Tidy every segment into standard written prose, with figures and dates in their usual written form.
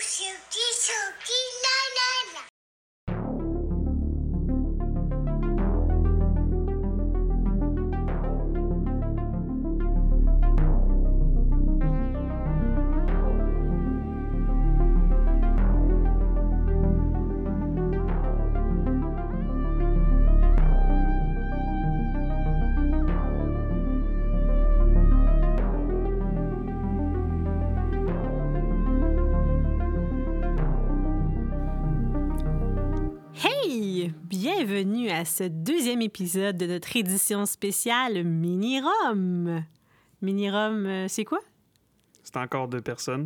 Bienvenue à ce deuxième épisode de notre édition spéciale Mini-Rom. Mini-Rom, c'est quoi? C'est encore 2 personnes.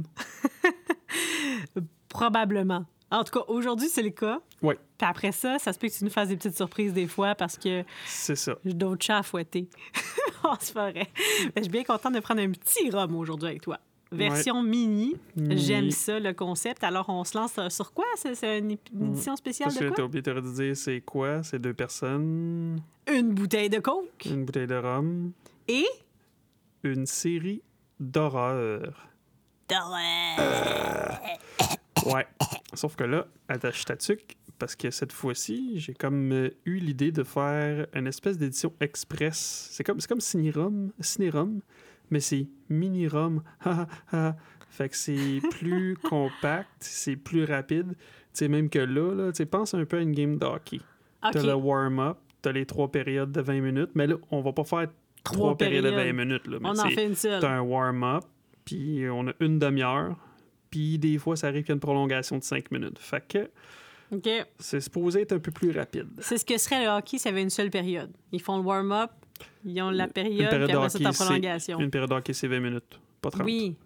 Probablement. En tout cas, aujourd'hui, c'est le cas. Oui. Puis après ça se peut que tu nous fasses des petites surprises des fois parce que c'est ça. J'ai d'autres chats à fouetter. Oh, c'est pas vrai. Je suis bien contente de prendre un petit rhum aujourd'hui avec toi. Version mini. J'aime ça, le concept. Alors, on se lance sur quoi? C'est une édition spéciale Parce de que quoi? t'as oublié de dire c'est quoi? C'est 2 personnes. Une bouteille de coke. Une bouteille de rhum. Et? Une série d'horreur. D'horreur! Ouais. Sauf que là, attache ta tuque, parce que cette fois-ci, j'ai comme eu l'idée de faire une espèce d'édition express. C'est comme Ciné-Rom, mais c'est Mini-Rom. Fait que c'est plus compact, c'est plus rapide. Tu sais, même que là tu sais, pense un peu à une game de hockey. Okay. T'as le warm-up, t'as les 3 périodes de 20 minutes, mais là, on va pas faire 3 périodes de 20 minutes. Là, mais on en fait une seule. T'as un warm-up, puis on a une demi-heure, puis des fois, ça arrive qu'il y a une prolongation de 5 minutes. Fait que c'est supposé être un peu plus rapide. C'est ce que serait le hockey s'il y avait une seule période. Ils font le warm-up, ils ont la période, puis après ça, t'as prolongation. Une période de hockey, c'est 20 minutes, pas 30. Oui.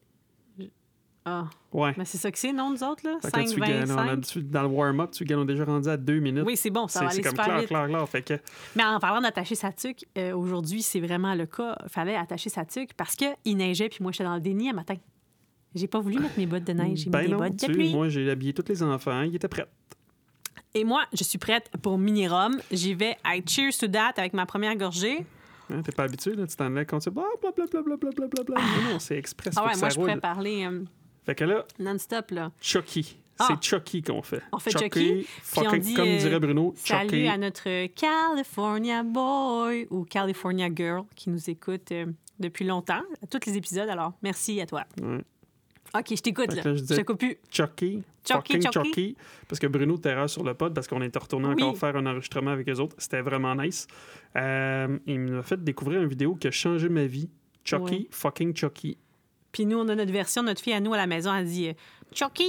Ah. Ouais. Mais c'est ça que c'est, non, nous autres, là? 5, 25. Dans le warm-up, on a déjà rendu à 2 minutes. Oui, c'est bon, ça va aller super vite. Clair. Fait que... Mais en parlant d'attacher sa tuque, aujourd'hui, c'est vraiment le cas. Il fallait attacher sa tuque parce qu'il neigeait, puis moi, j'étais dans le déni un matin. J'ai pas voulu mettre mes bottes de neige, j'ai mis des bottes de pluie. Moi, j'ai habillé tous les enfants, ils étaient prêts. Et moi, je suis prête pour Mini-Rom. J'y vais, I cheers to that avec ma première gorgée. Hein, t'es pas habitué, là? Tu t'en allais quand tu dis blablabla. Non, c'est express. Ah ouais, moi, je pourrais parler fait que là, non-stop, là. Chucky. C'est Chucky qu'on fait. On fait Chucky. Fucking, on dit, comme dirait Bruno, salut Chucky. à notre California boy ou California girl qui nous écoute depuis longtemps, à tous les épisodes. Alors, merci à toi. Ouais. OK, je t'écoute, là. Je te coupe plus. Chucky. Parce que Bruno t'erreur sur le pod parce qu'on était retourné encore faire un enregistrement avec eux autres. C'était vraiment nice. Il m'a fait découvrir une vidéo qui a changé ma vie. Chucky, fucking Chucky. Puis nous, on a notre version, notre fille à nous à la maison, elle dit Chucky,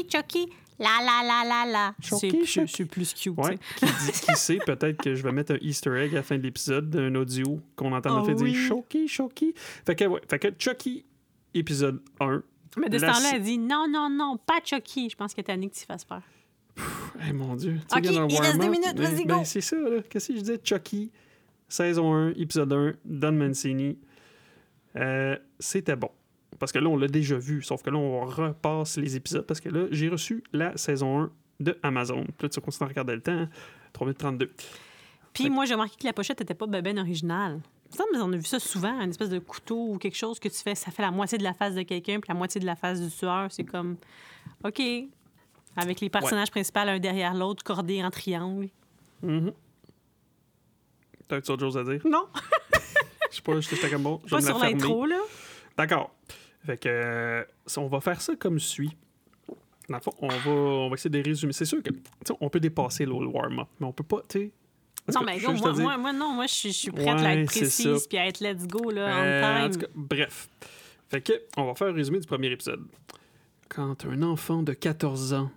la. Chucky, c'est plus cute. Ouais. Qui sait, peut-être que je vais mettre un Easter egg à la fin de l'épisode d'un audio qu'on entend notre fille dire Chucky. Fait que Chucky, épisode 1. Mais de ce temps-là, elle dit non, pas Chucky. Je pense que t'as Annick que tu fasses peur. Hey, mon Dieu. OK, il reste 2 minutes, vas-y, go. C'est ça, là. Qu'est-ce que je disais? Chucky, saison 1, épisode 1, Don Mancini. C'était bon. Parce que là, on l'a déjà vu. Sauf que là, on repasse les épisodes. Parce que là, j'ai reçu la saison 1 de Amazon. Puis là, tu continues à regarder le temps. Hein? 3:32. Puis moi, j'ai remarqué que la pochette n'était pas ben originale. Mais on a vu ça souvent, une espèce de couteau ou quelque chose que tu fais. Ça fait la moitié de la face de quelqu'un puis la moitié de la face du tueur. C'est comme, OK. Avec les personnages principaux l'un derrière l'autre, cordés en triangle. Mm-hmm. T'as-tu autre chose à dire? Non. Je sais pas, j'étais comme bon. Pas sur l'intro, là. D'accord. Fait que on va faire ça comme suit. Dans le fond, on va essayer de résumer. C'est sûr que on peut dépasser le warm-up, mais on peut pas, tu sais. Non, mais moi, je suis prête à être précise puis à être let's go, là, on time. En tout cas, bref. Fait que, on va faire un résumé du premier épisode. Quand un enfant de 14 ans,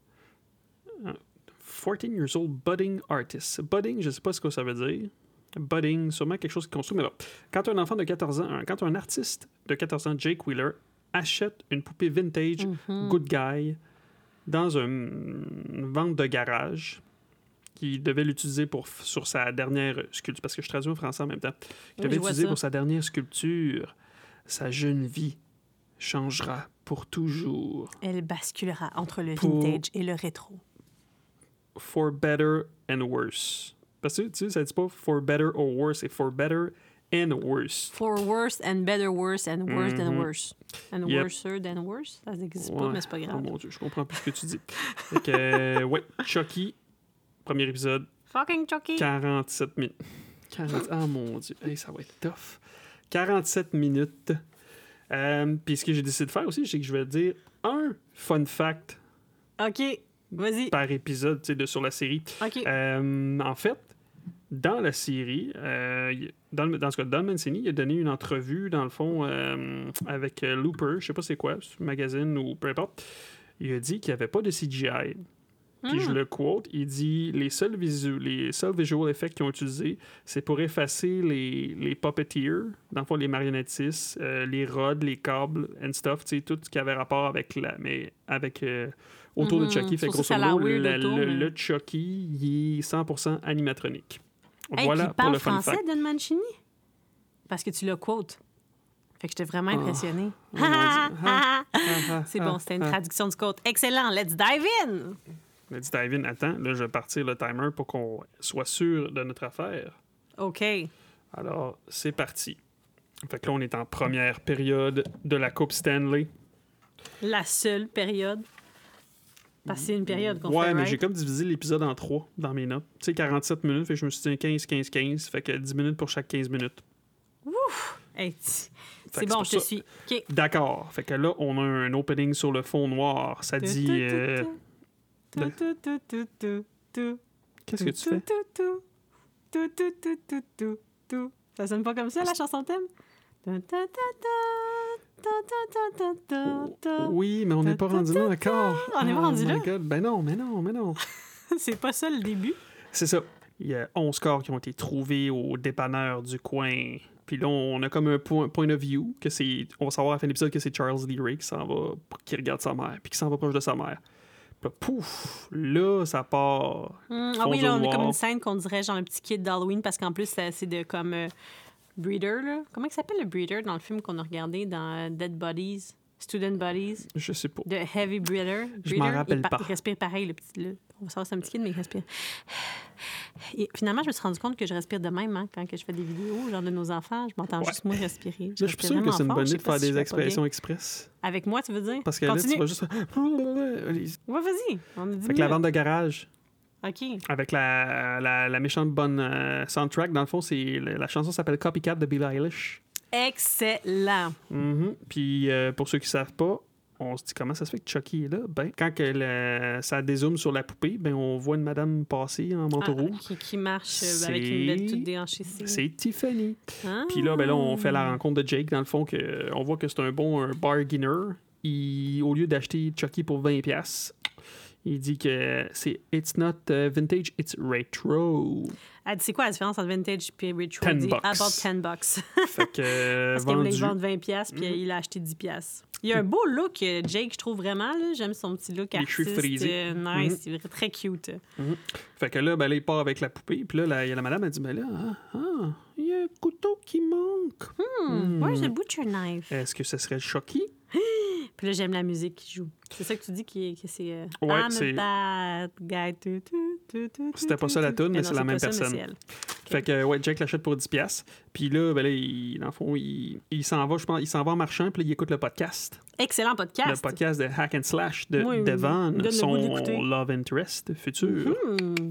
14 years old budding artist. Budding, je sais pas ce que ça veut dire. Budding, sûrement quelque chose qui construit, mais bon. Quand un enfant de 14 ans, quand un artiste de 14 ans, Jake Wheeler, achète une poupée vintage Good Guy dans une vente de garage qu'il devait l'utiliser sur sa dernière sculpture, parce que je traduis en français en même temps. Il devait l'utiliser pour sa dernière sculpture. Sa jeune vie changera pour toujours. Elle basculera entre le vintage et le rétro. For better and worse. Parce que tu sais, ça dit pas for better or worse, c'est for better and worse. For worse and better worse and worse than Mhm. worse. And Yep. worser than worse. Ça n'existe pas, Ouais. mais c'est pas Oh grave. mon Dieu, je comprends plus ce que tu dis. Fait que, ouais, Chucky, premier épisode, Fucking Chucky. 47 minutes. Ah mon Dieu, hey, ça va être tough. 47 minutes. Puis ce que j'ai décidé de faire aussi, c'est que je vais dire un fun fact OK, vas-y. par épisode sur la série. OK. En fait, dans la série, dans ce cas, Don Mancini, il a donné une entrevue, dans le fond, avec Looper, je sais pas c'est quoi, c'est un magazine ou peu importe. Il a dit qu'il n'y avait pas de CGI. Puis je le quote, il dit les seuls visual effects qu'ils ont utilisés, c'est pour effacer les puppeteers, dans le fond les marionnettistes, les rods, les câbles and stuff, tu sais, tout ce qui avait rapport avec autour de Chucky. Fait Sauf que grosso ça a l'air modo, weird autour, mais- le Chucky, il est 100% animatronique. Hey, Voilà puis il pour parle le fun français, fact. Don Mancini? Parce que tu le quotes. Fait que j'étais vraiment impressionnée. Oh mon Dieu. C'est bon, c'était une traduction du quote. Excellent, let's dive in! Let's dive in. Attends, là, je vais partir le timer pour qu'on soit sûr de notre affaire. OK. Alors, c'est parti. Fait que là, on est en première période de la Coupe Stanley. La seule période. Parce que c'est une période qu'on Ouais, fait, mais right? j'ai comme divisé l'épisode en 3 dans mes notes. Tu sais, 47 minutes, fait que je me suis dit 15, 15, 15. Fait que 10 minutes pour chaque 15 minutes. Hey, Fait c'est que bon, pour je te ça. suis. OK. D'accord. Fait que là, on a un opening sur le fond noir. Ça dit... Qu'est-ce que tu fais? Ça sonne pas comme ça, la chanson thème? Oui, mais on n'est pas rendu là encore. On est pas Oh rendu my là? God. Ben non, mais non, mais non. C'est pas ça le début? C'est ça. Il y a 11 corps qui ont été trouvés au dépanneur du coin. Puis là, on a comme un point of view que c'est... On va savoir à la fin de l'épisode que c'est Charles Lee Ray qui s'en va... qui regarde sa mère, puis qui s'en va proche de sa mère. Puis là, pouf! Là, ça part... Ah oui, là, on a noir. comme une scène qu'on dirait genre un petit kid d'Halloween parce qu'en plus, c'est de comme Breeder, là. Comment il s'appelle le Breeder dans le film qu'on a regardé dans Dead Bodies? Student Bodies? Je sais pas. De Heavy Breeder. Je m'en rappelle pas. Il respire pareil, le petit. Là. On va savoir c'est un petit kid, mais il respire. Et finalement, je me suis rendu compte que je respire de même hein, quand que je fais des vidéos, genre de nos enfants. Je m'entends Ouais. juste moi respirer. Là, je suis respire sûr que vraiment c'est une fort. bonne Je sais idée de pas faire si je des fais pas bien. expressions express. Avec moi, tu veux dire? Parce que là, tu Continue. vas juste... Ouais, vas-y. On a dit Fait que la bande de garage, OK. avec la méchante bonne soundtrack, dans le fond, c'est la chanson s'appelle Copycat de Billie Eilish. Excellent. Mhm. Puis pour ceux qui savent pas, on se dit comment ça se fait que Chucky est là. Ben, quand ça dézoome sur la poupée, ben on voit une madame passer en manteau rouge. Qui marche avec une bête toute déhanchée. C'est Tiffany. Ah. Puis là, ben là, on fait la rencontre de Jake. Dans le fond, on voit que c'est un bargainer. Au lieu d'acheter Chucky pour 20$, il dit que c'est It's not vintage, it's retro. Elle dit, c'est quoi la différence entre vintage et retro? 10 Elle dit, bucks. about 10 bucks. Fait que Parce qu'il voulait vendu. vendre 20$, puis il a acheté 10$. Il y a un beau look, Jake, je trouve vraiment. Là. J'aime son petit look Les artiste. cheveux frisés. Nice, c'est très cute. Fait que là, ben là, il part avec la poupée. Puis là, il y a la madame, elle dit, ben là, il y a un couteau qui manque. Where's the butcher knife? Est-ce que ce serait Chucky? Puis là, j'aime la musique qui joue. C'est ça que tu dis que c'est... Ouais, I'm c'est- a bad guy. C'était pas ça la toune, mais non, c'est la même pas ça, mais personne. c'est elle. Fait que, ouais, Jack l'achète pour 10$. Puis là, ben là, dans le fond, il s'en va, je pense, il s'en va en marchant, puis là, il écoute le podcast. Excellent podcast. Le podcast de Hack and Slash de Moi, il me Devon, donne le son goût d'écouter. love interest futur. Hmm.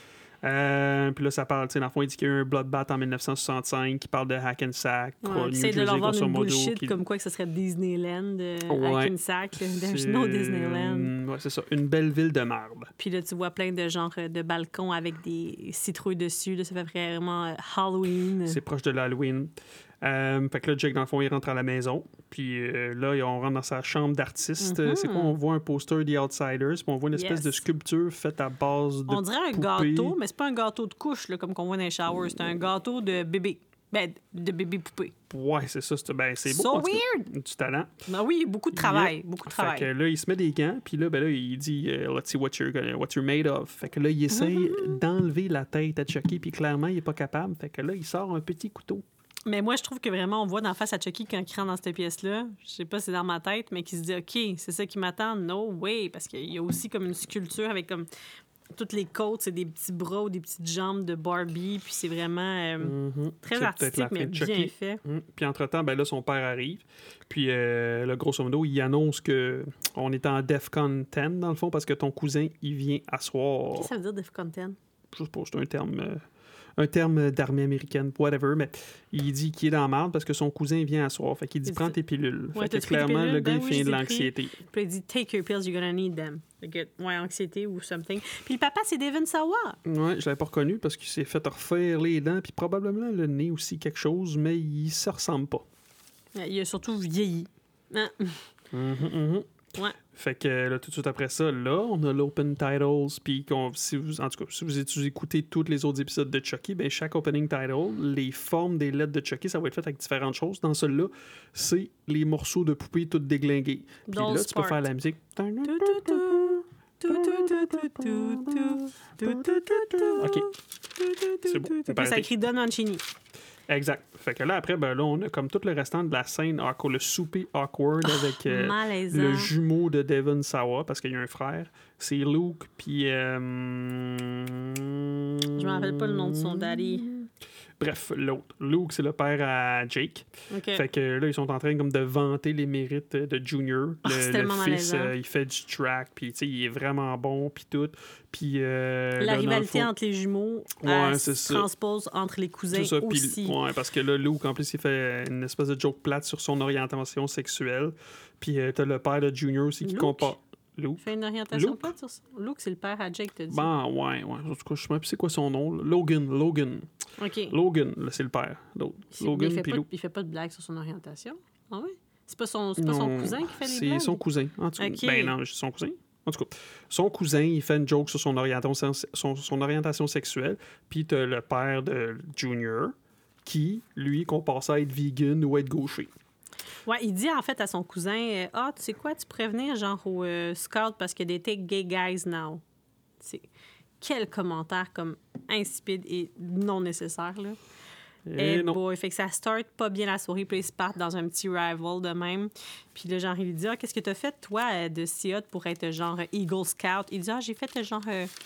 Puis là, ça parle, tu sais, dans le fond, il dit qu'il y a eu un bloodbath en 1965 qui parle de Hack and Sack, Ouais, New puis c'est de Jersey, leur vendre grosso une modo, bullshit qui- comme quoi que ce serait Disneyland, Ouais. Hackensack. There's c'est- no Disneyland. Ouais, c'est ça. Une belle ville de marde. Puis là, tu vois plein de genres de balcons avec des citrouilles dessus. Là, ça fait vraiment Halloween. C'est proche de l'Halloween. Fait que là, Jake, dans le fond, il rentre à la maison. Puis là, on rentre dans sa chambre d'artiste. Mhm. C'est quoi? On voit un poster The Outsiders. Puis on voit une espèce Yes. de sculpture faite à base de On dirait un poupées. gâteau, mais c'est pas un gâteau de couche là, comme qu'on voit dans les showers. C'est un gâteau de bébé. Ben, de bébé poupée. Ouais, c'est ça. Ben, c'est beau. So en tout cas. weird! Du talent. Ben oui, beaucoup de travail. Yep. Beaucoup de Fait que travail. là, il se met des gants. Puis là, ben là, il dit Let's see what you're made of. Fait que là, il essaye d'enlever la tête à Chucky. Puis clairement, il est pas capable. Fait que là, il sort un petit couteau. Mais moi, je trouve que vraiment, on voit d'en face à Chucky quand il rentre dans cette pièce-là. Je sais pas si c'est dans ma tête, mais qui se dit OK, c'est ça qui m'attend. No way. Parce qu'il y a aussi comme une sculpture avec comme toutes les côtes, c'est des petits bras ou des petites jambes de Barbie, puis c'est vraiment très C'est artistique, peut-être la mais fin de bien Chucky. fait. Puis entre-temps, ben là, son père arrive. Puis là, grosso modo, il annonce que on est en DEFCON 10, dans le fond, parce que ton cousin, il vient asseoir. Qu'est-ce que ça veut dire, DEFCON 10? Je sais pas, c'est un terme d'armée américaine, whatever, mais il dit qu'il est dans la merde parce que son cousin vient asseoir. Fait qu'il dit, prends tes pilules. Ouais, fait que t'as-tu pris tes clairement, pilules? le gars, Ben il oui, fait je de les ai l'anxiété. Puis il dit, take your pills, you're gonna need them. Fait que, ouais, anxiété ou something. Puis le papa, c'est Devon Sawa. Ouais, je l'avais pas reconnu parce qu'il s'est fait refaire les dents, puis probablement le nez aussi, quelque chose, mais il se ressemble pas. Il a surtout vieilli. Hein? Ouais. Fait que là, tout de suite après ça, là, on a l'open titles, puis en tout cas, si vous écoutez tous les autres épisodes de Chucky, ben chaque opening title, les formes des lettres de Chucky, ça va être fait avec différentes choses. Dans celui-là, c'est les morceaux de poupées toutes déglinguées. Puis là, tu peux faire la musique. OK. C'est bon. Puis ça crie Don Mancini. Exact. Fait que là, après, ben là, on a comme tout le restant de la scène, le souper awkward avec le jumeau de Devon Sawa, parce qu'il y a un frère. C'est Luke, puis... Je me rappelle pas le nom de son daddy. Bref, l'autre. Luke, c'est le père à Jake. Okay. Fait que là, ils sont en train comme de vanter les mérites de Junior. C'est le fils, il fait du track, puis il est vraiment bon, puis tout. Puis, la rivalité entre les jumeaux se transpose entre les cousins ça, aussi. Ouais, parce que là, Luke, en plus, il fait une espèce de joke plate sur son orientation sexuelle. Puis t'as le père de Junior aussi qui compare... Luke. Il fait une orientation plate sur ça. Luke, c'est le père à Jake, t'as dit. Ben, ouais. En tout cas, je sais même plus c'est quoi son nom. Là. Logan. OK. Logan, là, c'est le père. Logan, puis Luke. Il fait pas de blagues sur son orientation? Ah oui? C'est pas son cousin qui fait les blagues? C'est son cousin. En tout cas. Okay. Ben non, c'est son cousin. En tout cas, son cousin, il fait une joke sur son orientation sexuelle. Puis t'as le père de Junior qui, lui, compare ça à être vegan ou être gaucher. Ouais, il dit en fait à son cousin tu sais quoi, tu pourrais venir genre au scout parce qu'il y a des gay guys now. C'est quel commentaire comme insipide et non nécessaire, là. Et boy, fait que ça start pas bien la soirée, puis ils se partent dans un petit rival de même. Puis là, genre, il lui dit qu'est-ce que t'as fait, toi, de si hot pour être genre Eagle Scout? Il dit j'ai fait genre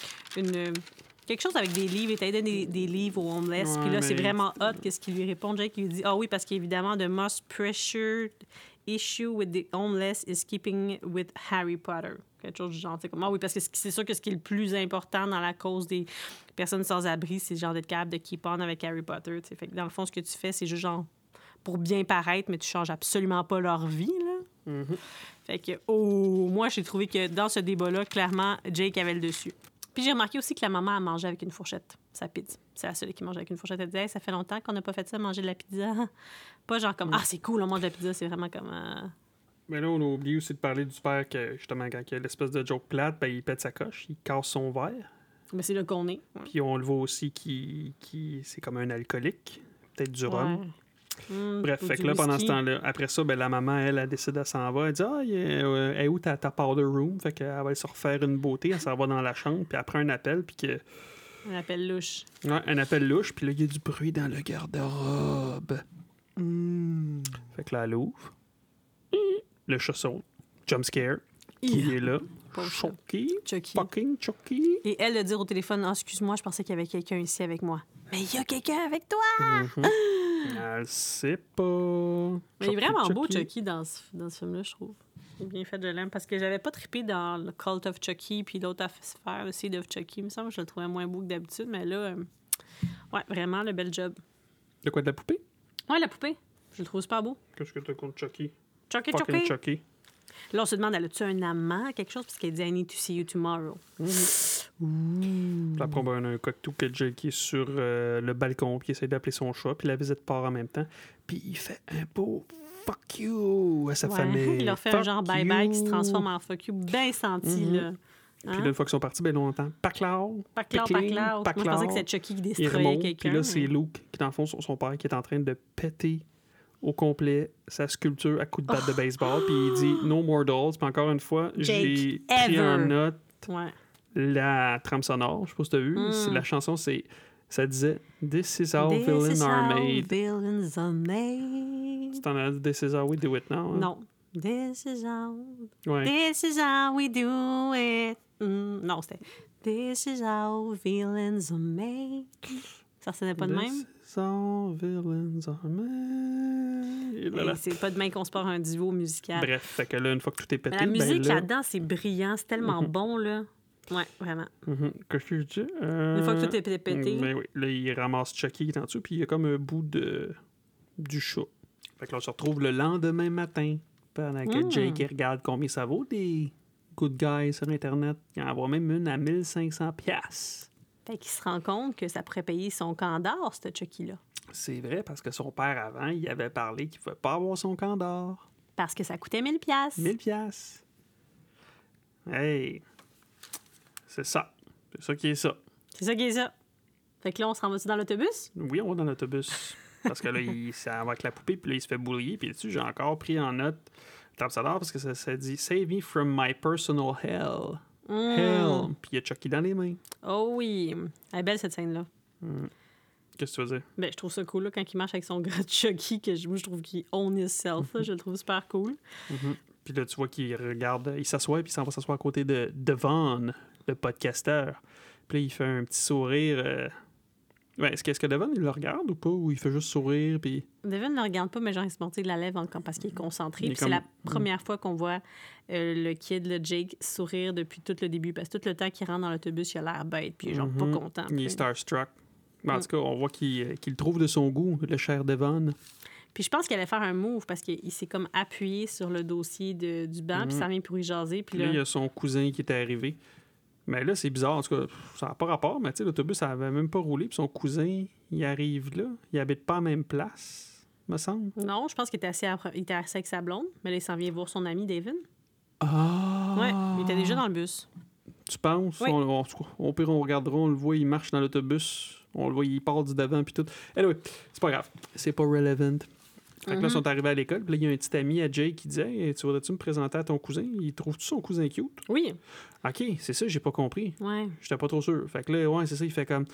quelque chose avec des livres, il t'a donné des livres aux homeless. Puis là, c'est vraiment hot. Qu'est-ce qu'il lui répond? Jake, il lui dit oui, parce qu'évidemment, the most pressured issue with the homeless is keeping with Harry Potter. Quelque chose du genre. Comme, oui, parce que c'est sûr que ce qui est le plus important dans la cause des personnes sans abri, c'est genre d'être capable de keep on avec Harry Potter. T'sais. Fait que dans le fond, ce que tu fais, c'est juste genre pour bien paraître, mais tu changes absolument pas leur vie, là. Mm-hmm. Fait que, moi, j'ai trouvé que dans ce débat-là, clairement, Jake avait le dessus. Puis j'ai remarqué aussi que la maman a mangé avec une fourchette, sa pizza. C'est la seule qui mange avec une fourchette. Elle disait, ça fait longtemps qu'on n'a pas fait ça, manger de la pizza. Pas genre comme, c'est cool, on mange de la pizza. C'est vraiment comme... Mais là, on a oublié aussi de parler du père que, justement, quand il y a l'espèce de joke plate, ben, il pète sa coche, il casse son verre. Mais c'est là qu'on est. Ouais. Puis on le voit aussi qui c'est comme un alcoolique, peut-être du rhum. Bref, fait que là, pendant ce temps-là, après ça, ben, la maman, elle décide, elle s'en va. Elle dit elle est où ta powder room? Fait qu'elle va se refaire une beauté. Elle s'en va dans la chambre, puis après un appel, puis que. Un appel louche. Ouais, un appel louche, puis là, il y a du bruit dans le garde-robe. Fait que là, elle ouvre. Le chat saute. Jump scare. Qui est là? Chucky. Fucking Chucky. Et elle de dire au téléphone, excuse-moi, je pensais qu'il y avait quelqu'un ici avec moi. Mais il y a quelqu'un avec toi! Elle sait pas. Mais il est vraiment beau, Chucky, dans ce film-là, je trouve. Il est bien fait, je l'aime. Parce que j'avais pas trippé dans le Cult of Chucky puis l'autre affaire, le Seed of Chucky. Il me semble que je le trouvais moins beau que d'habitude. Mais là, ouais, vraiment, le bel job. De quoi, de la poupée? Ouais, la poupée. Je le trouve super beau. Qu'est-ce que t'as contre Chucky? Chucky. Là, on se demande, elle a-tu un amant, quelque chose? Parce qu'elle dit « I need to see you tomorrow ». Puis après, on a un cocktail que Jake est sur le balcon, puis il essaie d'appeler son chat, puis la visite part en même temps. Puis il fait un beau « fuck you » à sa famille. Il leur fait un genre « bye-bye » qui se transforme en « fuck you » bien senti, là. Hein? Puis là, une fois qu'ils sont partis, ben là, on entend « paclao ». Moi, je pensais que c'était Chucky qui destroyait quelqu'un. Puis là, c'est Luke, qui dans le fond, son père, qui est en train de péter au complet sa sculpture à coups de batte de baseball, puis il dit « No more dolls ». Puis encore une fois, j'ai pris en note la trame sonore. Je sais pas si tu as vu. La chanson, ça disait « This is how villains are made ». Tu t'en as dit « This is how we do it now ». Hein? Non. This is how we do it. Non, c'était This is how villains are made. Ça ressemblait pas de même? This is how villains are made. Et là, là. C'est pas de même qu'on se part un duo musical. Bref, fait que là, une fois que tout est pété... Mais la musique là... là-dedans, c'est brillant. C'est tellement bon, là. Ouais, vraiment. Qu'est-ce que je dis? Une fois que tout est pété. Ben oui, là, il ramasse Chucky qui est en dessous, puis il y a comme un bout du chat. Fait que là, on se retrouve le lendemain matin, pendant que Jake il regarde combien ça vaut des good guys sur Internet. Il en voit même une à 1500$. Fait qu'il se rend compte que ça pourrait payer son camp d'or, ce Chucky-là. C'est vrai, parce que son père, avant, il avait parlé qu'il ne pouvait pas avoir son camp d'or. Parce que ça coûtait 1000$. 1000$. Hey! C'est ça. C'est ça qui est ça. C'est ça qui est ça. Fait que là, on se rentre dans l'autobus? Oui, on va dans l'autobus. Parce que là, ça va avec la poupée, puis là, il se fait boulier. Puis là-dessus, j'ai encore pris en note l'ambassadeur parce que ça dit « Save me from my personal hell ». Hell. Puis il y a Chucky dans les mains. Oh oui. Elle est belle, cette scène-là. Qu'est-ce que tu veux dire? Ben, je trouve ça cool, là, quand il marche avec son gros Chucky, que moi, je trouve qu'il own himself. Je le trouve super cool. Puis là, tu vois qu'il regarde, il s'assoit, puis il s'en va s'asseoir à côté de Devon, le podcasteur. Puis là, il fait un petit sourire. Ouais, est-ce que Devon, il le regarde ou pas? Ou il fait juste sourire, puis... Devon ne le regarde pas, mais genre, il se mordit de la lèvre parce qu'il est concentré. Puis comme... c'est la première fois qu'on voit le kid, le Jake, sourire depuis tout le début. Parce que tout le temps qu'il rentre dans l'autobus, il a l'air bête, puis il est genre pas content. Il est starstruck. En tout cas, on voit qu'il le trouve de son goût, le cher Devon. Puis je pense qu'il allait faire un move parce qu'il s'est comme appuyé sur le dossier du banc, puis ça vient pour y jaser. Puis là, il y a son cousin qui était arrivé. Mais là, c'est bizarre. En tout cas, ça n'a pas rapport, mais tu sais, l'autobus, ça n'avait même pas roulé. Puis son cousin, il arrive là. Il habite pas à la même place, me semble. Non, je pense qu'il était assis avec sa blonde, mais là, il s'en vient voir son ami, David. Ah! Ouais, il était déjà dans le bus. Tu penses? Oui. Au pire, on regardera, on le voit, il marche dans l'autobus. On le voit, il part du devant, puis tout. Anyway, c'est pas grave. C'est pas relevant. Fait que là, ils sont arrivés à l'école, puis là, il y a un petit ami à Jake qui disait hey, tu voudrais-tu me présenter à ton cousin? Il trouve-tu son cousin cute? Oui. OK, c'est ça, j'ai pas compris. Ouais. J'étais pas trop sûr. Fait que là, ouais, c'est ça, il fait comme...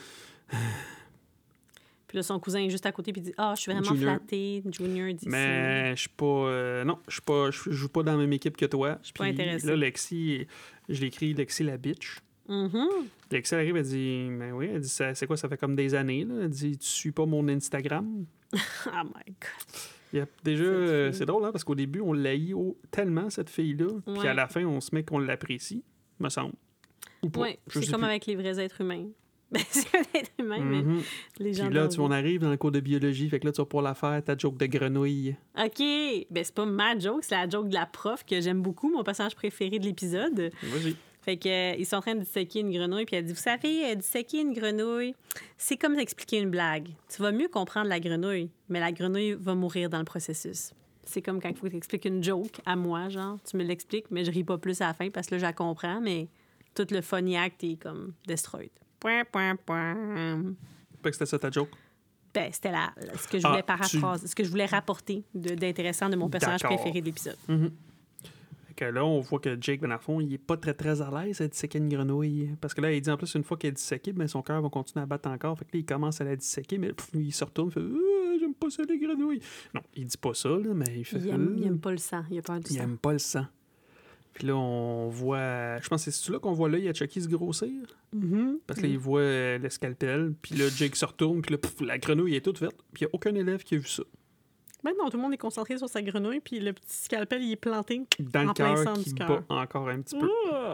Puis là, son cousin est juste à côté, puis il dit je suis vraiment Junior. flatté. Junior dit Mais je suis pas... non, je joue pas dans la même équipe que toi. Je suis pas intéressée. Là, Lexi, je l'écris Lexi la bitch. Lexi elle arrive, elle dit mais oui, elle dit c'est quoi, ça fait comme des années, là. Elle dit tu suis pas mon Instagram? Oh my God. Il y a déjà, c'est drôle, hein, parce qu'au début, on l'haït tellement, cette fille-là. Puis à la fin, on se met qu'on l'apprécie, me semble. Ou pas. Oui, c'est comme avec les vrais êtres humains. Ben, c'est un être humain, mais les gens... Puis là, on arrive dans le cours de biologie, fait que là, tu vas pouvoir la faire, ta joke de grenouille. OK. Ben, c'est pas ma joke, c'est la joke de la prof que j'aime beaucoup, mon personnage préféré de l'épisode. Vas-y. Fait que ils sont en train de disséquer une grenouille, puis elle dit, vous savez, disséquer une grenouille, c'est comme expliquer une blague. Tu vas mieux comprendre la grenouille, mais la grenouille va mourir dans le processus. C'est comme quand il faut que tu expliques une joke à moi, genre, tu me l'expliques, mais je ris pas plus à la fin parce que là, je la comprends, mais tout le funny act est comme destroyed. Point. Fait que c'était ça ta joke? Ben, c'était ce que je voulais paraphraser, ce que je voulais rapporter d'intéressant de mon personnage préféré de l'épisode. Fait que là, on voit que Jake, ben, à fond, il est pas très, très à l'aise à disséquer une grenouille. Parce que là, il dit en plus, une fois qu'elle est disséquée, ben, son cœur va continuer à battre encore. Fait que là, il commence à la disséquer, mais il se retourne, il fait j'aime pas ça, les grenouilles. Non, il dit pas ça, là, mais il fait il aime pas le sang, il a peur du sang. Il aime pas le sang. Puis là, on voit... Je pense que c'est là qu'on voit là, il y a Chucky se grossir. Parce que là, il voit le scalpel. Puis là, Jake se retourne. Puis là, la grenouille est toute verte. Puis il n'y a aucun élève qui a vu ça. Maintenant, tout le monde est concentré sur sa grenouille. Puis le petit scalpel, il est planté dans le cœur qui bat encore un petit peu.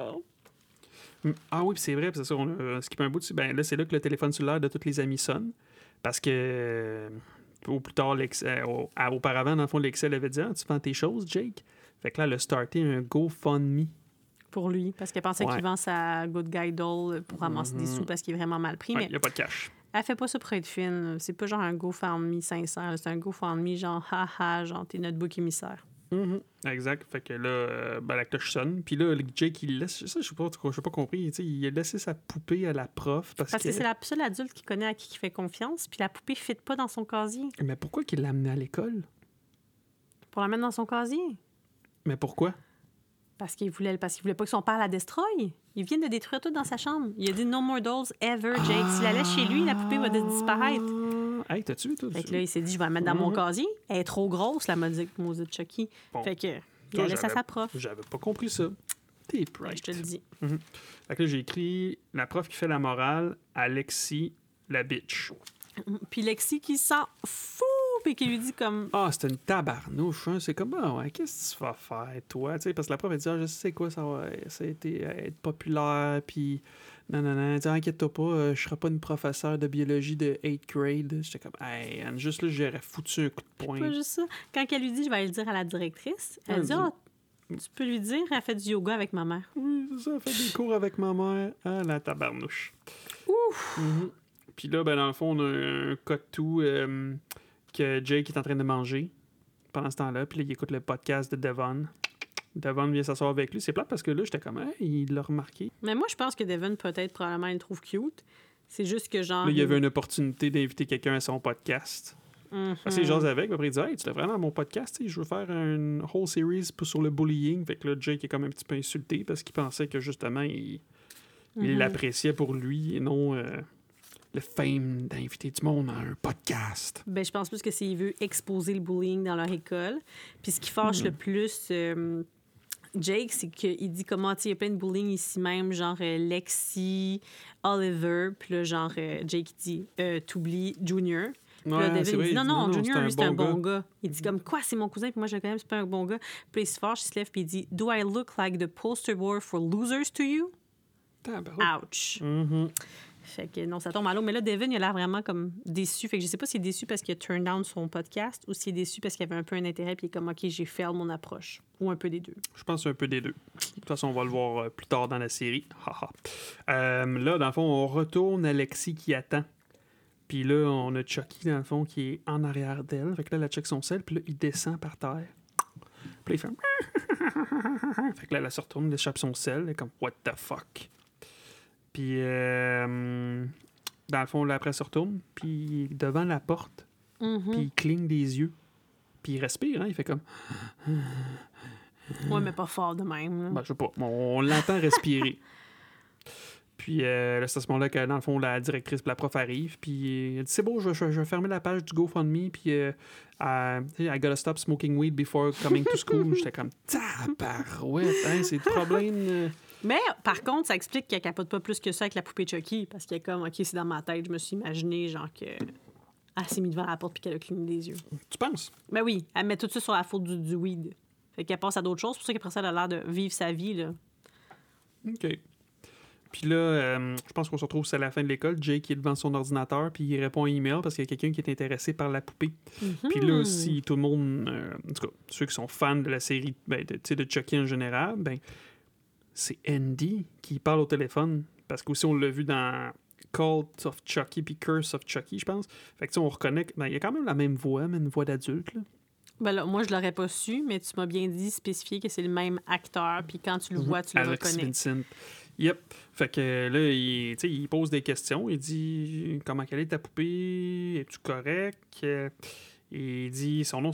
Oh! Ah oui, puis c'est vrai. Puis c'est ça, on a skippé un bout dessus. Ben là, c'est là que le téléphone cellulaire de tous les amis sonne. Parce que... au plus tard, auparavant, dans le fond, l'Excel avait dit tu vends tes choses, Jake? Fait que là, elle a starté un GoFundMe. Pour lui, parce qu'elle pensait qu'il vend sa Good Guy Doll pour ramasser des sous parce qu'il est vraiment mal pris. Mais il n'y a pas de cash. Elle fait pas ça pour être fine. C'est pas genre un GoFundMe sincère. C'est un GoFundMe genre haha, genre t'es notre bouc émissaire. Exact. Fait que là, la cloche sonne. Puis là, Jake, il laisse... Ça, je sais pas compris. Il a laissé sa poupée à la prof. Parce que c'est la seule adulte qui connaît à qui il fait confiance. Puis la poupée ne fit pas dans son casier. Mais pourquoi qu'il l'a amenée à l'école? Pour la mettre dans son casier. Mais pourquoi? Parce qu'il voulait pas que son père la destroy. Il vient de détruire tout dans sa chambre. Il a dit « No more dolls ever, Jake. S'il la laisse chez lui, la poupée va disparaître. » Hey, t'as-tu vu tout ça? Fait que là, il s'est dit « Je vais la mettre dans mon casier. Elle est trop grosse, la maudite Chucky. Bon. » Fait que il la laisse à sa prof. J'avais pas compris ça. T'es Ouais, bright. je te le dis. Fait que là, j'ai écrit la prof qui fait la morale, Alexis, la bitch. Puis Lexi qui s'en fout, puis qui lui dit comme... Ah, c'était une tabarnouche, hein. C'est comme, ah ouais, qu'est-ce que tu vas faire, toi? Tu sais, parce que la prof, elle dit, ah, je sais quoi, ça a été être populaire, puis non, elle dit, inquiète-toi pas, je serai pas une professeure de biologie de 8th grade. J'étais comme, hey, Anne, juste là, j'aurais foutu un coup de poing. Pas juste ça. Quand elle lui dit, je vais aller le dire à la directrice, elle dit, tu peux lui dire, elle fait du yoga avec ma mère. Oui, c'est ça, elle fait des cours avec ma mère. Ah, la tabarnouche. Ouf! Puis là, ben, dans le fond, on a un cut-to que Jake est en train de manger pendant ce temps-là. Puis là, il écoute le podcast de Devon. Devon vient s'asseoir avec lui. C'est plate parce que là, j'étais comme, hey, il l'a remarqué. Mais moi, je pense que Devon, peut-être, probablement, il le trouve cute. C'est juste que, genre... Là, il y avait une opportunité d'inviter quelqu'un à son podcast. Parce que j'ose avec, puis après, il dit, hey, tu devrais aller à mon podcast, je veux faire une whole series sur le bullying. Fait que là, Jake est comme un petit peu insulté parce qu'il pensait que justement, il l'appréciait pour lui et non le fame d'inviter du monde à un podcast. Ben, je pense plus que c'est qu'il veut exposer le bullying dans leur école. Puis ce qui fâche le plus Jake, c'est qu'il dit comment, il y a plein de bullying ici même, genre Lexi, Oliver, puis là, genre Jake dit t'oublies Junior. Puis là, Devin dit non, Junior, lui, c'est un bon gars. Il dit comme quoi, c'est mon cousin, puis moi, je le connais, c'est pas un bon gars. Puis il se fâche, il se lève, puis il dit Do I look like the poster boy for losers to you? Ouch. Fait que non, ça tombe à l'eau. Mais là, Devin, il a l'air vraiment comme déçu. Fait que je sais pas s'il est déçu parce qu'il a turn down son podcast ou s'il est déçu parce qu'il avait un peu un intérêt puis il est comme, OK, j'ai failed mon approche. Ou un peu des deux. Je pense que c'est un peu des deux. De toute façon, on va le voir plus tard dans la série. Là, dans le fond, on retourne Alexis qui attend. Puis là, on a Chucky, dans le fond, qui est en arrière d'elle. Fait que là, elle check son sel, puis là, il descend par terre. Puis là, il fait... Fait que là, elle se retourne, elle échappe son sel. Elle est comme, what the fuck? Puis, dans le fond, là, après, elle se retourne, puis il est devant la porte, puis il cligne des yeux. Puis il respire, hein, il fait comme... Ouais, mais pas fort de même. Là. Ben, je sais pas, on l'entend respirer. Puis là, c'est à ce moment-là que, dans le fond, la directrice la prof arrive, puis elle dit, c'est beau, je vais fermer la page du GoFundMe, puis I gotta stop smoking weed before coming to school. J'étais comme, tabarouette, hein, c'est le problème... Mais par contre, ça explique qu'elle capote pas plus que ça avec la poupée Chucky, parce qu'elle est comme, OK, c'est dans ma tête, je me suis imaginé, genre, qu'elle s'est mise devant la porte puis qu'elle a cligné des yeux. Tu penses? Ben oui, elle met tout ça sur la faute du weed. Fait qu'elle passe à d'autres choses, c'est pour ça qu'après ça, elle a l'air de vivre sa vie, là. OK. Puis là, je pense qu'on se retrouve à la fin de l'école. Jake est devant son ordinateur, puis il répond à un email parce qu'il y a quelqu'un qui est intéressé par la poupée. Puis là, si tout le monde, en tout cas, ceux qui sont fans de la série, de Chucky en général, ben c'est Andy qui parle au téléphone. Parce qu'aussi, on l'a vu dans Cult of Chucky puis Curse of Chucky, je pense. Fait que on reconnaît il y a quand même la même voix, mais une voix d'adulte, là. Ben là, moi, je l'aurais pas su, mais tu m'as bien dit, spécifié que c'est le même acteur, puis quand tu le vois, tu le Alex reconnais. Vincent. Yep. Fait que là, il pose des questions. Il dit comment quelle est ta poupée? Es-tu correct? Il dit son nom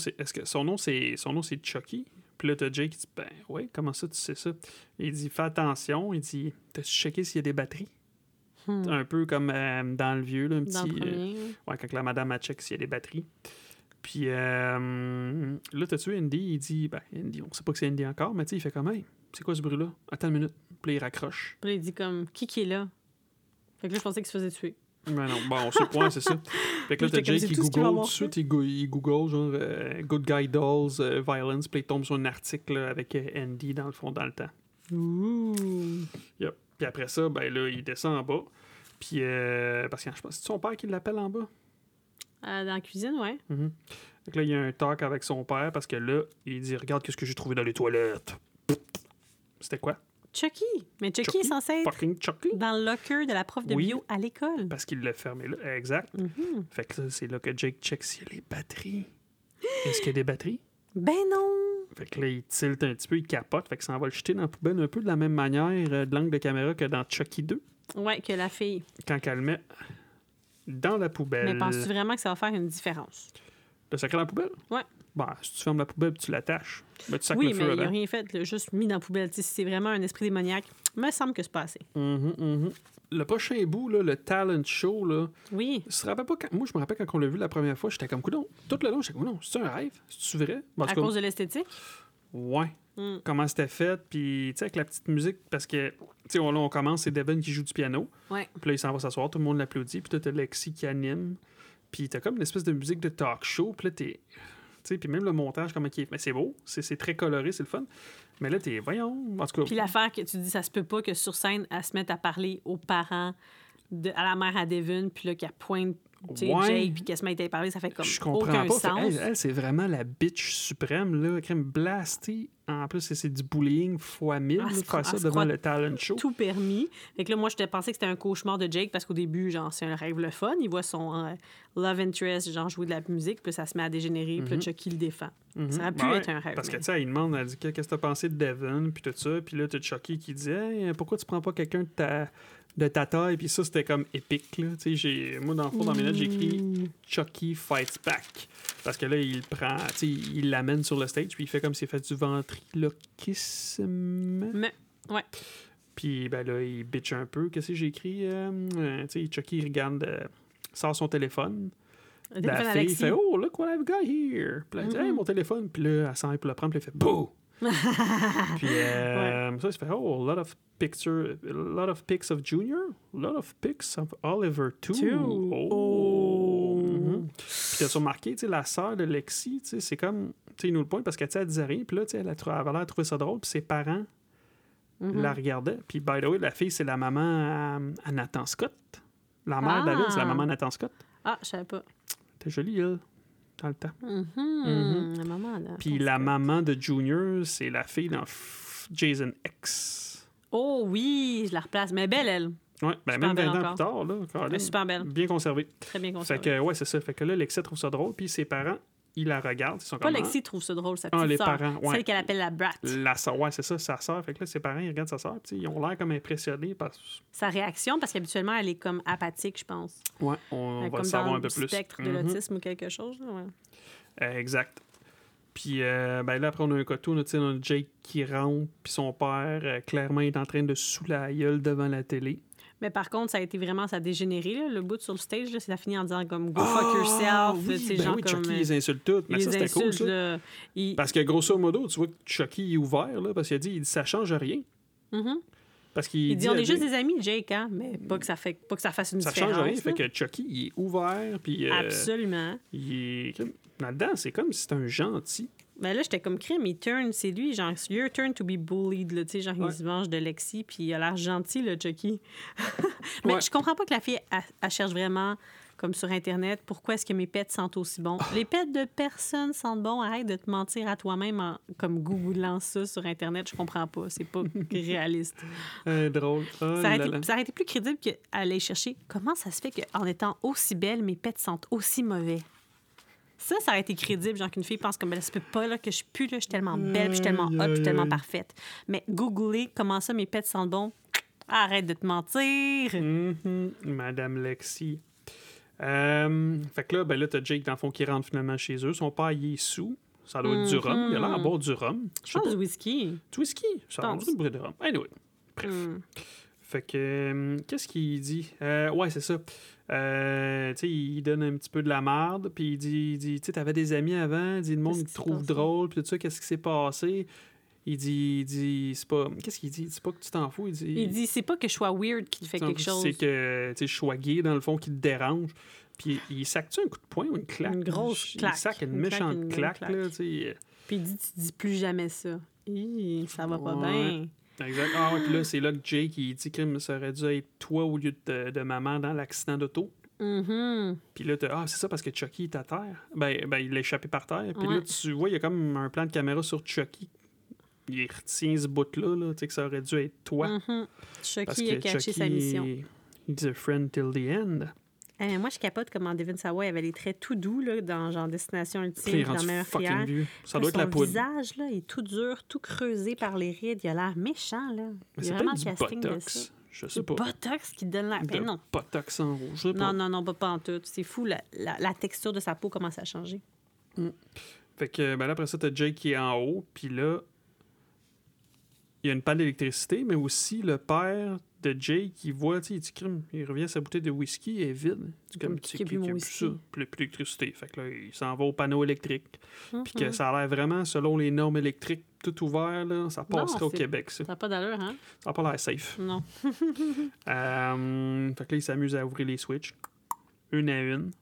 c'est Chucky? Puis là, t'as Jake qui dit ben ouais, comment ça tu sais ça? Il dit fais attention. Il dit t'as-tu checké s'il y a des batteries? Un peu comme dans le vieux, là, un Dans petit. le premier. Ouais, quand la madame a check s'il y a des batteries. Puis là, t'as-tu Andy? Il dit ben Andy, on sait pas que c'est Andy encore, mais tu sais, il fait comme hey, c'est quoi ce bruit-là? Attends une minute. Puis là, il raccroche. Puis là, il dit comme, qui est là? Fait que là, je pensais qu'il se faisait tuer. Ben non, bon, on sait point, c'est ça. Fait que là, t'as Jake qui Google tout de suite, il Google genre Good Guy Dolls, Violence, puis il tombe sur un article là, avec Andy dans le fond, dans le temps. Ouh! Yep. Puis après ça, ben là, il descend en bas. Puis, parce que je pense que c'est son père qui l'appelle en bas. Dans la cuisine, ouais. Fait que là, il y a un talk avec son père parce que là, il dit regarde ce que j'ai trouvé dans les toilettes. C'était quoi? Chucky! Mais Chucky est censé être Fucking Chucky. dans le locker de la prof de bio à l'école. Parce qu'il l'a fermé là. Exact. Fait que c'est là que Jake check s'il y a les batteries. Est-ce qu'il y a des batteries? Ben non! Fait que là, il tilte un petit peu, il capote. Fait que ça en va le jeter dans la poubelle un peu de la même manière de l'angle de caméra que dans Chucky 2. Ouais, que la fille. Quand elle le met dans la poubelle. Mais penses-tu vraiment que ça va faire une différence? Le sacré dans la poubelle? Ouais. Ben, si tu fermes la poubelle et tu l'attaches, ben, tu sacs Oui, le feu mais il dedans. n'a rien fait, là, juste mis dans la poubelle. T'sais, si c'est vraiment un esprit démoniaque, il me semble que c'est pas assez. Le prochain bout, là, le talent show, là, Oui. tu te rappelles pas moi, je me rappelle quand on l'a vu la première fois, j'étais comme coudonc. Tout le long, j'étais comme non, c'est un rêve? C'est-tu vrai? Bon, À cause de l'esthétique? Ouais. comment c'était fait, puis tu sais, avec la petite musique, parce que, tu sais, là, on commence, c'est Devin qui joue du piano, Ouais. puis là, il s'en va s'asseoir, tout le monde l'applaudit, puis toi, t'as Lexi qui anime, puis t'as comme une espèce de musique de talk show, puis là, tu sais, puis même le montage, comment il est... Mais c'est beau, c'est très coloré, c'est le fun, mais là, voyons, en tout cas... Puis l'affaire que tu dis, ça se peut pas que sur scène, elle se mette à parler aux parents, à la mère à Devin, puis là, qu'elle pointe Jake, puis qu'elle se mette à y parler, ça fait comme je comprends aucun pas. sens. Elle, c'est vraiment la bitch suprême, là, crème blastée. En plus, c'est du bullying fois 1000, là, de faire ça devant le talent show. Tout permis. Fait que là, moi, je pensais que c'était un cauchemar de Jake, parce qu'au début, genre, c'est un rêve le fun. Il voit son love interest, genre, jouer de la musique, puis ça se met à dégénérer, puis là, Chucky le défend. Ça aurait pu être un rêve. Parce que, tu sais, il demande, elle dit, qu'est-ce que t'as pensé de Devin, puis tout ça, puis là, t'as Chucky qui dit, hey, pourquoi tu prends pas quelqu'un de ta taille, puis ça, c'était comme épique, là. Tu sais, moi, dans le fond, dans mes notes, j'ai écrit Chucky fights back. Parce que là, il le prend, tu sais, il l'amène sur le stage, puis il fait comme s'il fait du ventriloquisme. Mais, ouais. Puis, ben là, il bitch un peu. Qu'est-ce que j'ai écrit? Tu sais, Chucky, il regarde, sort son téléphone. La fille fait, oh, look what I've got here. Puis là, elle dit, hey, mon téléphone. Puis là, elle s'en va pour le prendre, puis elle fait, bouh! Puis ça, il se fait, oh, a lot of pics of Junior, a lot of pics of Oliver too. Oh. Puis t'as remarqué, tu sais, la sœur de Lexi, tu sais, c'est comme, tu sais, il nous le pointe parce qu'elle disait rien, puis là, tu sais, elle avait l'air de trouver ça drôle, puis ses parents la regardaient. Puis, by the way, la fille, c'est la maman à Nathan Scott. La mère de David, c'est la maman à Nathan Scott. Ah, je savais pas. T'es jolie, elle, dans le temps. La maman, là. Puis la maman de Junior, c'est la fille dans Jason X. Oh oui, je la replace. Mais belle, elle. Oui, ben même 20 ans plus tard, là, elle est super belle. Bien conservée. Très bien conservée. Fait que, ouais, c'est ça. Fait que là, Lexi trouve ça drôle, puis ses parents, ils la regardent. Ils sont pas comme, Lexi trouve ça drôle, sa petite les sœur. parents, ouais. Celle qu'elle appelle la brat. La sœur, ouais, c'est ça, sa sœur. Fait que là, ses parents, ils regardent sa sœur, puis ils ont l'air comme impressionnés par... Sa réaction, parce qu'habituellement, elle est comme apathique, je pense. Ouais, on va le savoir un peu plus. Comme dans le spectre de l'autisme ou quelque chose, là, ouais. Exact. Puis ben là, après, on a un coteau, on a Jake qui rentre, puis son père, clairement, est en train de sous la gueule devant la télé. Mais par contre, ça a été vraiment, ça a dégénéré, là, le bout sur le stage, là, ça a fini en disant comme « go fuck yourself oui, ». Ben genre oui, comme, Chucky, ils insultent toutes. Mais ça, c'était cool, ça. Là, Parce que, grosso modo, tu vois que Chucky est ouvert, là, parce qu'il dit « ça change rien ». Parce qu'il dit « on est juste des amis, Jake, hein? » Mais pas que ça fasse une différence. Ça change rien, fait que Chucky, il est ouvert, puis... Absolument. Il est... Là-dedans, c'est comme si c'était un gentil. Ben là, j'étais comme crime, c'est lui, genre, your turn to be bullied, là, tu sais, genre, il se venge de Lexi, puis il a l'air gentil, le Chucky. Mais je comprends pas que la fille, elle cherche vraiment, comme sur Internet, pourquoi est-ce que mes pets sentent aussi bon. Les pets de personne sentent bon, arrête de te mentir à toi-même comme googlant ça sur Internet, je comprends pas, c'est pas réaliste. Drôle. Ça aurait été plus crédible qu'elle aille chercher comment ça se fait qu'en étant aussi belle, mes pets sentent aussi mauvais. Ça aurait été crédible, genre qu'une fille pense comme, ben, ça se peut pas là, que je pue, là, je suis tellement belle, puis je suis tellement hot, puis je suis tellement parfaite. Mais googler comment ça, mes pets sentent bon, arrête de te mentir. Madame Lexi. Fait que là, ben là, t'as Jake, dans le fond, qui rentre finalement chez eux. Son père, il est sous. Ça doit être du rhum. Il a l'air à boire du rhum. Je pense du whisky. Du whisky? Ça a une bruit de rhum. Anyway. Bref. Fait que, qu'est-ce qu'il dit? Ouais, c'est ça. Tu sais, il donne un petit peu de la marde, puis il dit tu sais, t'avais des amis avant, il dit, le monde te trouve drôle, puis tout ça, qu'est-ce qui s'est passé? Il dit, c'est pas... Qu'est-ce qu'il dit? C'est pas que tu t'en fous, il dit, c'est pas que je sois weird qu'il fait quelque chose. C'est que, tu sais, je sois gay, dans le fond, qui te dérange. Puis il sac-tu un coup de poing ou une claque? Une grosse claque. Il sac une méchante claque, là, tu sais. Puis il dit, tu dis plus jamais ça. Ça va pas bien. Exact. Ah ouais, puis là, c'est là que Jake, il dit que ça aurait dû être toi au lieu de maman dans l'accident d'auto. Puis là, c'est ça parce que Chucky est à terre. Ben il l'a échappé par terre. Puis là, tu vois, il y a comme un plan de caméra sur Chucky. Il retient ce bout-là, là, tu sais, que ça aurait dû être toi. Chucky a caché sa mission. He's a friend till the end. Moi, je capote comment Devin Sawa avait les traits tout doux là, dans genre Destination Ultime, dans Meurtrière. Ça doit être la poudre. Son visage, là, il est tout dur, tout creusé par les rides. Il a l'air méchant, là. Il y a vraiment le casting de ça. Je sais pas. Botox qui donne l'air... Ben non. Botox en rouge, je sais pas. Non, pas en tout. C'est fou, la texture de sa peau commence à changer. Fait que, ben là, après ça, t'as Jake qui est en haut, puis là... il y a une panne d'électricité, mais aussi le père de Jake, il voit, tu sais, il dit, crime, il revient à sa bouteille de whisky, elle est vide. C'est comme, tu sais, qui a bu ça? Puis plus d'électricité. Fait que là, il s'en va au panneau électrique. Puis que ça a l'air vraiment, selon les normes électriques, tout ouvert, là, ça passerait au Québec, ça. Ça n'a pas d'allure, hein? Ça n'a pas l'air safe. Non. Fait que là, il s'amuse à ouvrir les switches, une à une.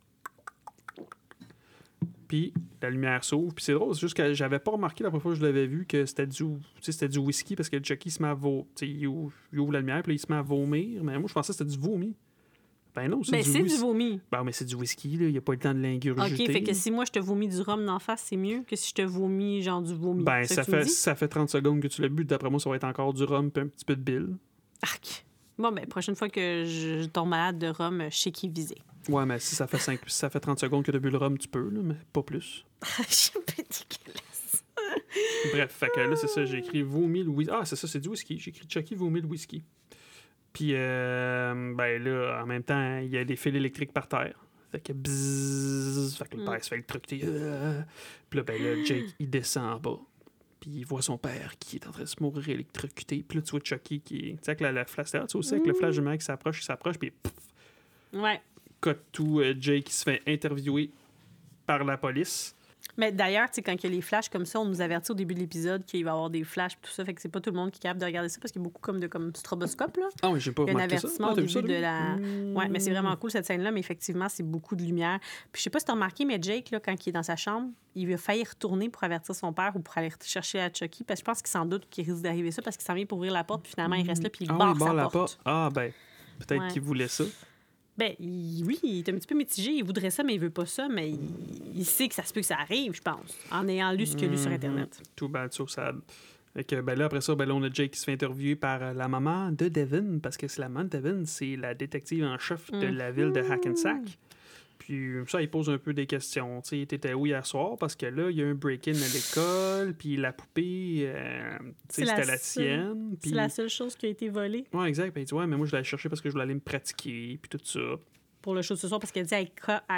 Puis la lumière s'ouvre. Puis c'est drôle, c'est juste que j'avais pas remarqué la première fois que je l'avais vu que c'était du whisky parce que Chucky se met à il ouvre la lumière, puis là, il se met à vomir. Mais moi, je pensais que c'était du vomi. Ben non, c'est du whisky. Du vomi. Ben, mais c'est du whisky, là. Il n'y a pas le temps de l'ingurgiter. OK, fait que si moi, je te vomis du rhum d'en face, c'est mieux que si je te vomis, genre, du vomi. Ben, ça fait 30 secondes que tu l'as bu. D'après moi, ça va être encore du rhum puis un petit peu de bile. Arc. Bon, ben, prochaine fois que je tombe malade de rhum, je sais qui viser. Ouais, mais si ça fait 30 secondes que tu as bu le rhum, tu peux, là, mais pas plus. Je suis un peu dégueulasse. Bref, fait que là, c'est ça, j'ai écrit vomi le whisky. Ah, c'est ça, c'est du whisky. J'ai écrit Chucky vomi le whisky. Puis, ben là, en même temps, il y a des fils électriques par terre. Fait que bzzz, fait que le père se fait électrocuter. Puis là, ben là, Jake, il descend en bas. Puis il voit son père qui est en train de se mourir électrocuté. Puis là, tu vois Chucky qui est... Tu sais, avec la flash, tu sais aussi, avec le flash de mec qui s'approche, puis pff, ouais. Cut tout, Jake qui se fait interviewer par la police. Mais d'ailleurs, tu sais, quand il y a les flashs comme ça, on nous avertit au début de l'épisode qu'il va y avoir des flashs et tout ça. Fait que c'est pas tout le monde qui est capable de regarder ça parce qu'il y a beaucoup comme stroboscope, là. Ah oui, j'ai pas remarqué ça. Il y a un avertissement au début de la... Ouais, mais c'est vraiment cool cette scène-là, mais effectivement, c'est beaucoup de lumière. Puis je sais pas si t'as remarqué, mais Jake, là, quand il est dans sa chambre, il a failli retourner pour avertir son père ou pour aller chercher à Chucky parce que je pense qu'il s'en doute qu'il risque d'arriver ça parce qu'il s'en vient pour ouvrir la porte puis finalement, il reste là puis il barre sa porte. Ah, ben, peut-être qu'il voulait ça. Ben oui, il est un petit peu mitigé. Il voudrait ça, mais il veut pas ça. Mais il sait que ça se peut que ça arrive, je pense, en ayant lu ce qu'il a lu sur Internet. Too bad, so sad. Fait que, ben là, après ça, ben là, on a Jake qui se fait interviewer par la maman de Devin, parce que c'est la maman de Devin, c'est la détective en chef de la ville de Hackensack. Puis ça, il pose un peu des questions. Tu sais, t'étais où hier soir? Parce que là, il y a un break-in à l'école, puis la poupée, c'était la tienne. C'est la seule chose qui a été volée. Ouais, exact. Puis il dit, ouais, mais moi, je l'ai cherché parce que je voulais aller me pratiquer, puis tout ça. Pour le show de ce soir, parce qu'elle dit, I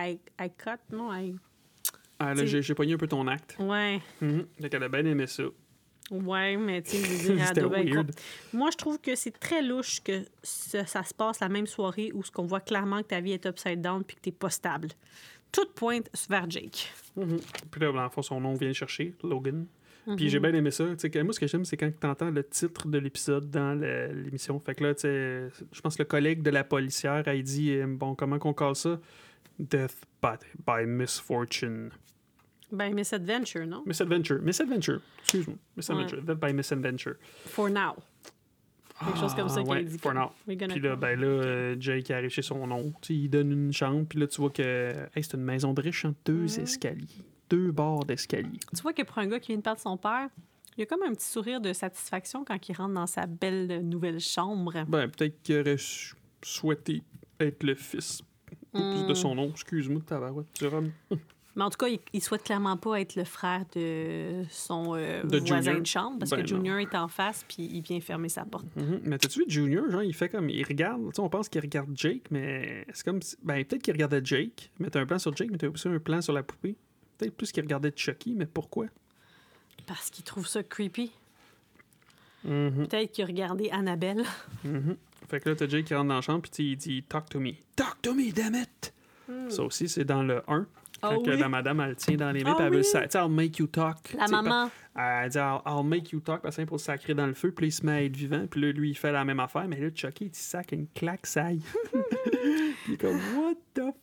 cut, non, Ah, là, j'ai pogné un peu ton acte. Ouais. Fait qu'elle a bien aimé ça. Ouais, mais tu sais, je veux dire, c'était weird. Moi, je trouve que c'est très louche que ça se passe la même soirée où on voit clairement que ta vie est upside down puis que t'es pas stable. Toute pointe vers Jake. Puis là, dans le fond, son nom vient chercher, Logan. Puis j'ai bien aimé ça. Tu sais, moi, ce que j'aime, c'est quand tu entends le titre de l'épisode dans l'émission. Fait que là, tu sais, je pense que le collègue de la policière a dit, bon, comment qu'on call ça? Death by misfortune. Ben, Misadventure, non? Misadventure. Excuse-moi. Misadventure. Death by misadventure. For now. Quelque chose comme ça qu'elle dit. For now. Puis là, ben là, Jake arrive chez son nom. Il donne une chambre. Puis là, tu vois que c'est une maison de riche, hein, 2 escaliers. 2 bords d'escalier. Tu vois que pour un gars qui vient de perdre son père, il y a comme un petit sourire de satisfaction quand il rentre dans sa belle nouvelle chambre. Ben, peut-être qu'il aurait souhaité être le fils de son nom. Excuse-moi de tabarouette. Mais en tout cas, il souhaite clairement pas être le frère de son voisin de chambre parce que Junior est en face puis il vient fermer sa porte. Mais t'as-tu vu Junior, genre, il fait comme... Il regarde, tu sais, on pense qu'il regarde Jake, mais c'est comme... Ben, peut-être qu'il regardait Jake, mais t'as un plan sur Jake, mais t'as aussi un plan sur la poupée. Peut-être plus qu'il regardait Chucky, mais pourquoi? Parce qu'il trouve ça creepy. Peut-être qu'il a regardé Annabelle. Fait que là, t'as Jake qui rentre dans la chambre, puis il dit « Talk to me. Talk to me, damn it! » Ça aussi, c'est dans le 1. Quand la madame, elle le tient dans les mains, puis elle veut tu sais, I'll make you talk. La maman. Elle dit I'll make you talk, parce que c'est pour le sacrer dans le feu, puis là, il se met à être vivant, puis là, lui, il fait la même affaire, mais là, Chucky, il sac une claque, ça y puis comme, what the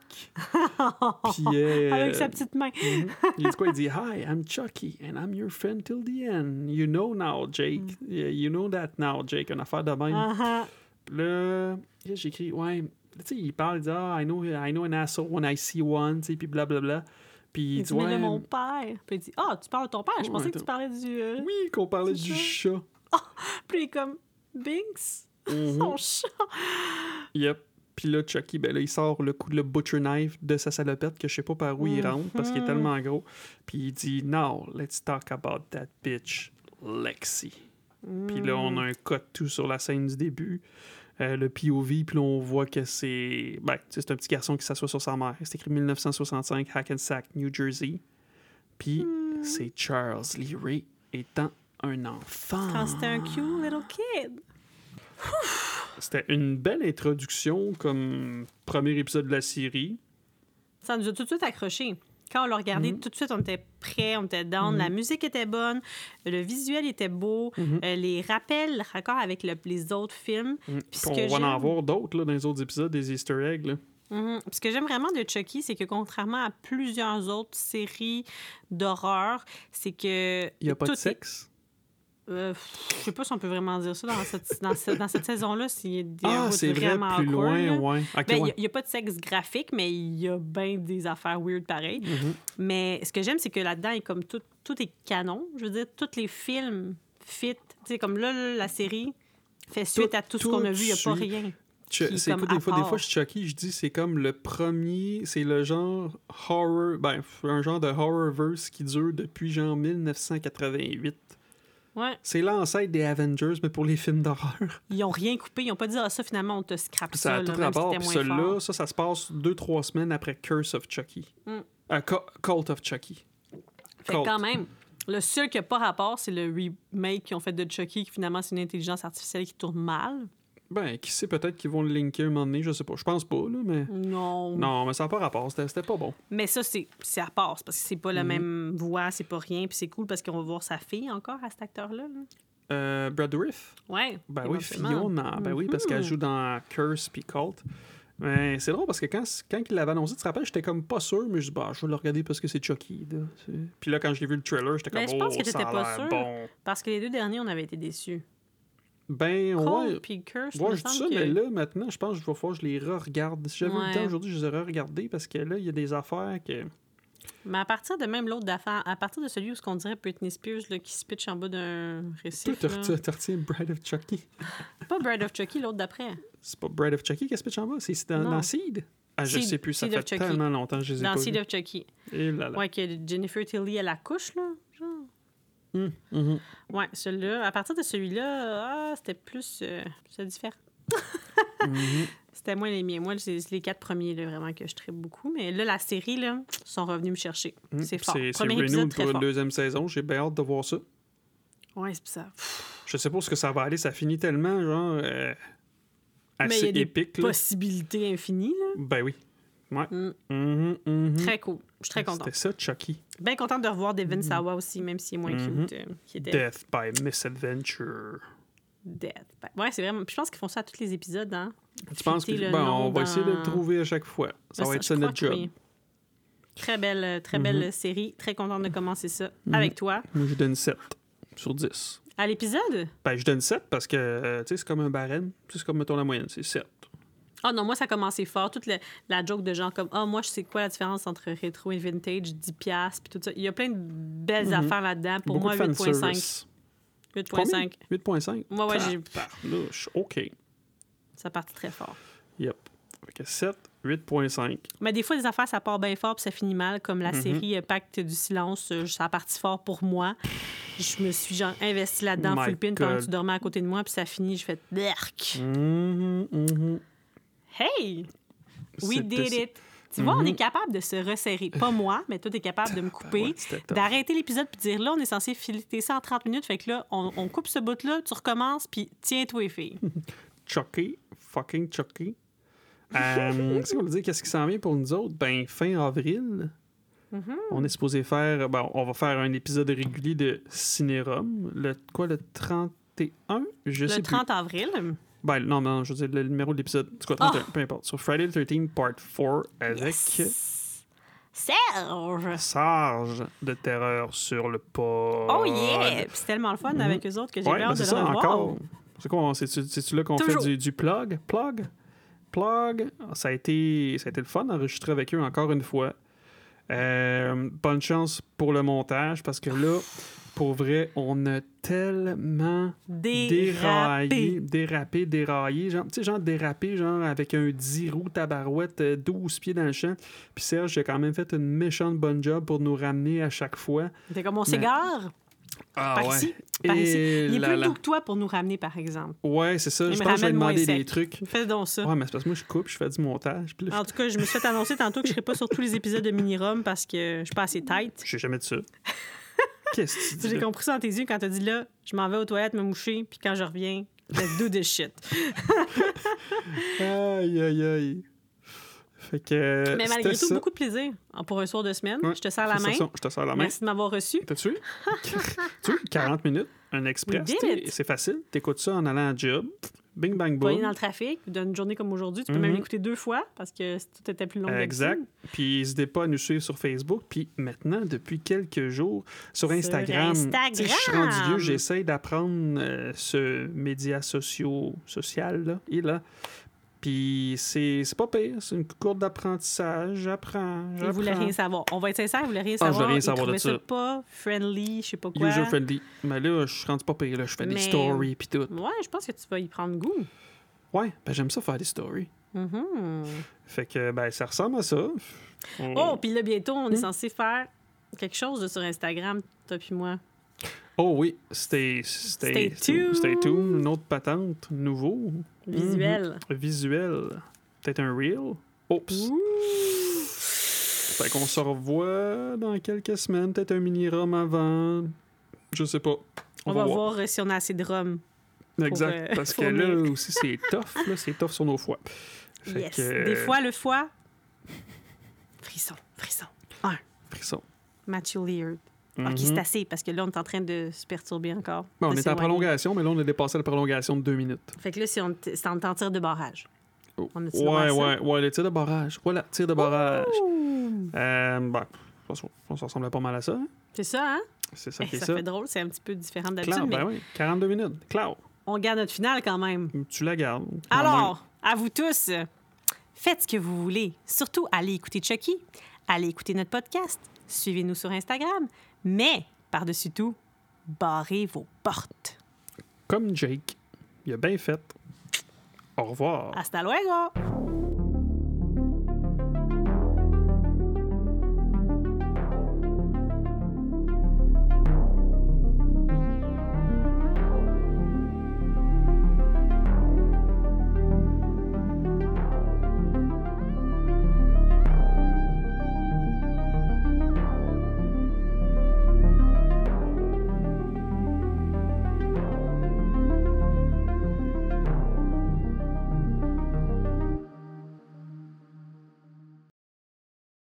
fuck? Puis, avec sa petite main. il dit quoi? Il dit, hi, I'm Chucky, and I'm your friend till the end. You know now, Jake. You know that now, Jake. Une affaire de même. Puis là, j'écris, ouais. Tu sais, il parle, il dit, I know an asshole when I see one, tu sais, puis blablabla. Puis il dit, mais mon père. Puis il dit, tu parles de ton père? Je pensais que tu parlais du... Oui, qu'on parlait du chat. Puis il est comme, Binks, son chat. Yep. Puis là, Chucky, ben là, il sort le coup de le butcher knife de sa salopette que je sais pas par où il rentre parce qu'il est tellement gros. Puis il dit, now, let's talk about that bitch, Lexi. Puis là, on a un cut tout sur la scène du début. Le POV, puis là, on voit que c'est... Ben, c'est un petit garçon qui s'assoit sur sa mère. C'est écrit 1965, Hackensack, New Jersey. Puis c'est Charles Lee Ray étant un enfant. Quand c'était un cute little kid. C'était une belle introduction comme premier épisode de la série. Ça nous a tout de suite accrochés. Quand on l'a regardé, tout de suite, on était prêts, on était down. La musique était bonne, le visuel était beau, les rappels, le raccord avec les autres films. Puis ce que On va en j'aime- avoir d'autres là, dans les autres épisodes, des Easter eggs. Là. Puis ce que j'aime vraiment de Chucky, c'est que contrairement à plusieurs autres séries d'horreur, c'est que... Il n'y a pas tout de sexe. Je sais pas si on peut vraiment dire ça dans cette saison-là. C'est vrai, vraiment plus awkward, loin, là. ouais. Ok, Ben, ouais. il n'y a pas de sexe graphique, mais il y a bien des affaires weird pareil. Mais ce que j'aime, c'est que là-dedans, il est comme tout est canon. Je veux dire, tous les films fit. Tu sais, comme là, la série fait suite à tout ce qu'on a vu. Il n'y a pas suit. rien. C'est comme écoute, des à fois, part. je suis Chucky, je dis c'est comme le premier, c'est le genre horror, un genre de horrorverse qui dure depuis genre 1988. Ouais. C'est l'ancêtre des Avengers, mais pour les films d'horreur. Ils n'ont rien coupé. Ils n'ont pas dit, ah, ça, finalement, on te scrape Ça a ça. tout là, même si rapport. c'était Puis moins celui-là, fort. ça se passe 2-3 semaines après Curse of Chucky. Cult of Chucky. Fait que quand même, le seul qui n'a pas rapport, c'est le remake qu'ils ont fait de Chucky, qui finalement, c'est une intelligence artificielle qui tourne mal. Ben, qui sait, peut-être qu'ils vont le linker un moment donné, je sais pas. Je pense pas, là, mais... Non. Non, mais ça n'a pas rapport. C'était pas bon. Mais ça, c'est à part, c'est parce que c'est pas la même voix, c'est pas rien, puis c'est cool parce qu'on va voir sa fille encore à cet acteur-là. là. Brad Dourif? Ouais. Ben oui, éventuellement. Fiona. Ben oui, parce qu'elle joue dans Curse puis Cult. Mais c'est drôle parce que quand il l'avait annoncé, tu te rappelles, j'étais comme pas sûr, mais je dis, bah, je vais le regarder parce que c'est Chucky. Là. Puis là, quand j'ai vu le trailer, j'étais comme, Ben, je pense que ça t'étais a pas l'air sûr. bon. Parce que les deux derniers, on avait été déçus. Ben, Cole ouais. puis Curse, Ouais, me je dis semble ça, que... mais là, maintenant, je pense que je vais falloir que je les re-regarde. Si j'avais eu Ouais. le temps aujourd'hui, je les aurais regardés parce que là, il y a des affaires que. Mais à partir de même l'autre d'affaires, à partir de celui où on dirait Britney Spears là, qui se pitch en bas d'un Toi, récif. tu retiens Bride of Chucky. Pas Bride of Chucky, l'autre d'après. C'est pas Bride of Chucky qui se pitch en bas, c'est dans, Non. dans Seed. Ah, je Seed- sais plus, ça Seed fait of Chucky. tellement longtemps que je les ai Dans pas Seed vus. of Chucky. Et là là. Ouais, que Jennifer Tilly, elle accouche, là. Genre. Ouais, celui-là. À partir de celui-là, c'était plus... c'est différent. C'était moins les miens. Moi, c'est les 4 premiers, là, vraiment, que je tripe beaucoup. Mais là, la série, là, sont revenus me chercher. C'est fort. C'est Premier épisode, renewed très pour une fort. deuxième saison. J'ai bien hâte de voir ça. Ouais, c'est ça. Je sais pas où ce que ça va aller. Ça finit tellement, genre, Mais il y assez a des épique. Là. possibilités infinies, là. Ben oui. Ouais. Très cool. Je suis très contente. C'était ça, Chucky. Bien contente de revoir Devin Sawa aussi, même s'il est moins cute. Qui était Death by Misadventure. Death. Ouais, c'est vraiment... Puis je pense qu'ils font ça à tous les épisodes, hein. Tu penses que. Fitter le Bon, nom on va essayer de le dans- trouver à chaque fois. Ça va être je ça crois notre que job. oui. Très belle série. Très contente de commencer ça avec toi. Moi, je donne 7 sur 10. À l'épisode? Ben, je donne 7 parce que, tu sais, c'est comme un barème. C'est comme, mettons, la moyenne, c'est 7. Ah non, moi, ça a commencé fort. Toute la joke de genre comme, moi, je sais quoi la différence entre rétro et vintage, 10$, puis tout ça. Il y a plein de belles affaires là-dedans. Pour Beaucoup moi, de 8.5. fanservice. 8.5. 8.5? Ouais, j'ai... Tabarnouche, OK. Ça partit très fort. Yep. Fait que 7, 8.5. Mais des fois, des affaires, ça part bien fort puis ça finit mal, comme la série Pacte du silence. Ça a parti fort pour moi. Je me suis genre investie là-dedans, My full pin, pendant God. que tu dormais à côté de moi, puis ça finit, je fais « Berk! Hey! We C'était did ça. it! » Tu vois, on est capable de se resserrer. Pas moi, mais toi, t'es capable de me couper, Ouais, c'était tough. d'arrêter l'épisode puis de dire « Là, on est censé fileter ça en 30 minutes. » Fait que là, on coupe ce bout-là, tu recommences, puis tiens-toi, les filles. Chucky, fucking Chucky. Qu'est-ce qu'on veut dire? Qu'est-ce qui s'en vient pour nous autres? Ben, fin avril, on est supposé faire... Ben, on va faire un épisode régulier de Cinérum. Le 31? Je sais Le plus. 30 avril. Ben, non, je veux dire, le numéro de l'épisode. C'est quoi, 31? Peu importe. Sur Friday the 13th, part 4, avec Serge! Sarge de Terreur sur le pod. Oh yeah! Puis c'est tellement le fun avec eux autres que j'ai Ouais, bien ben hâte de c'est le ça, revoir. encore. C'est quoi? C'est-tu là qu'on fait Toujours. du plug? Plug. Ça a été le fun d'enregistrer avec eux encore une fois. Bonne chance pour le montage parce que là, pour vrai, on a tellement Dérapé. déraillé. Genre, tu sais, genre dérapé, genre avec un 10 roues tabarouette, 12 pieds dans le champ. Puis Serge a quand même fait une méchante bonne job pour nous ramener à chaque fois. T'es comme on s'égare. Ah Par ici. Par Et ici. Il est là plus là. doux que toi pour nous ramener, par exemple. Ouais, c'est ça. Il Je me pense que je vais ramène moins demander sec. des trucs. Fais donc ça. Ouais, mais c'est parce que moi, je coupe, je fais du montage. Puis là, En tout cas, je me suis fait annoncer tantôt que je serais pas sur tous les épisodes de Mini-Rom parce que je suis pas assez tight. je sais jamais de ça. Qu'est-ce que tu dis? J'ai là? compris ça dans tes yeux quand t'as dit là, je m'en vais aux toilettes me moucher, puis quand je reviens, let's do this shit. Aïe, aïe, aïe. Fait que. Mais malgré c'était tout, ça. beaucoup de plaisir pour un soir de semaine. Ouais, Je te serre la main. Je te serre la main. Merci de m'avoir reçu. T'as-tu vu? Tu vois, 40 minutes, un express. We did t'sais, it. C'est facile. T'écoutes ça en allant à job. Bing, bang, Pas aller boom. dans le trafic, d'une journée comme aujourd'hui, tu peux même l'écouter 2 fois parce que tout était plus long que Exact. d'habitude. Puis n'hésitez pas à nous suivre sur Facebook. Puis maintenant, depuis quelques jours, sur Instagram. Instagram. Tu sais, je suis rendu vieux, j'essaie d'apprendre ce média social là. Et là. Puis c'est pas pire. C'est une courbe d'apprentissage. J'apprends. Ils voulaient rien savoir. On va être sincère, ils voulaient rien Ah, je savoir. voulais rien Ils savoir de trouvaient ça ça. pas friendly, je sais pas quoi. User friendly. Mais là, je suis rendu pas pire. Là. Je fais des Mais- stories puis tout. Ouais, je pense que tu vas y prendre goût. Ouais, ben j'aime ça faire des stories. Mhm. Fait que, ben, ça ressemble à ça. Oh, puis là, bientôt, on est Hmm. censé faire quelque chose de sur Instagram, toi puis moi. Oh oui, stay tuned. Une autre patente, nouveau. Visuel. Visuel. Peut-être un reel. Oups. Fait qu'on se revoit dans quelques semaines. Peut-être un mini-rom avant. Je sais pas. On va voir si on a assez de rhum. Exact. Parce que fournir. là aussi, c'est tough. Là, c'est tough sur nos foies. Fait Yes. que, Des fois, le foie. Frisson. frisson. Matthew Leard. Mhm. OK, c'est assez, parce que là, on est en train de se perturber encore. Bon, on De est en s'éloigner. prolongation, mais là, on a dépassé la prolongation de 2 minutes. Fait que là, c'est en tir de barrage. Oh. On a-tu le droit à ça? Ouais, le tir de barrage. Voilà, tir de barrage. Ouh! Ben, ça ressemblait pas mal à ça. Hein? C'est ça, hein? C'est ça Eh, qui est ça ça. fait drôle, c'est un petit peu différent d'habitude, Cloud, mais ben oui, 42 minutes. Cloud, on garde notre finale quand même. tu la gardes. quand Alors, à vous tous, faites ce que vous voulez. Surtout, allez écouter Chucky, allez écouter notre podcast, suivez-nous sur Instagram, mais, par-dessus tout, barrez vos portes. même. Comme Jake, il a bien fait. Au revoir. Hasta luego!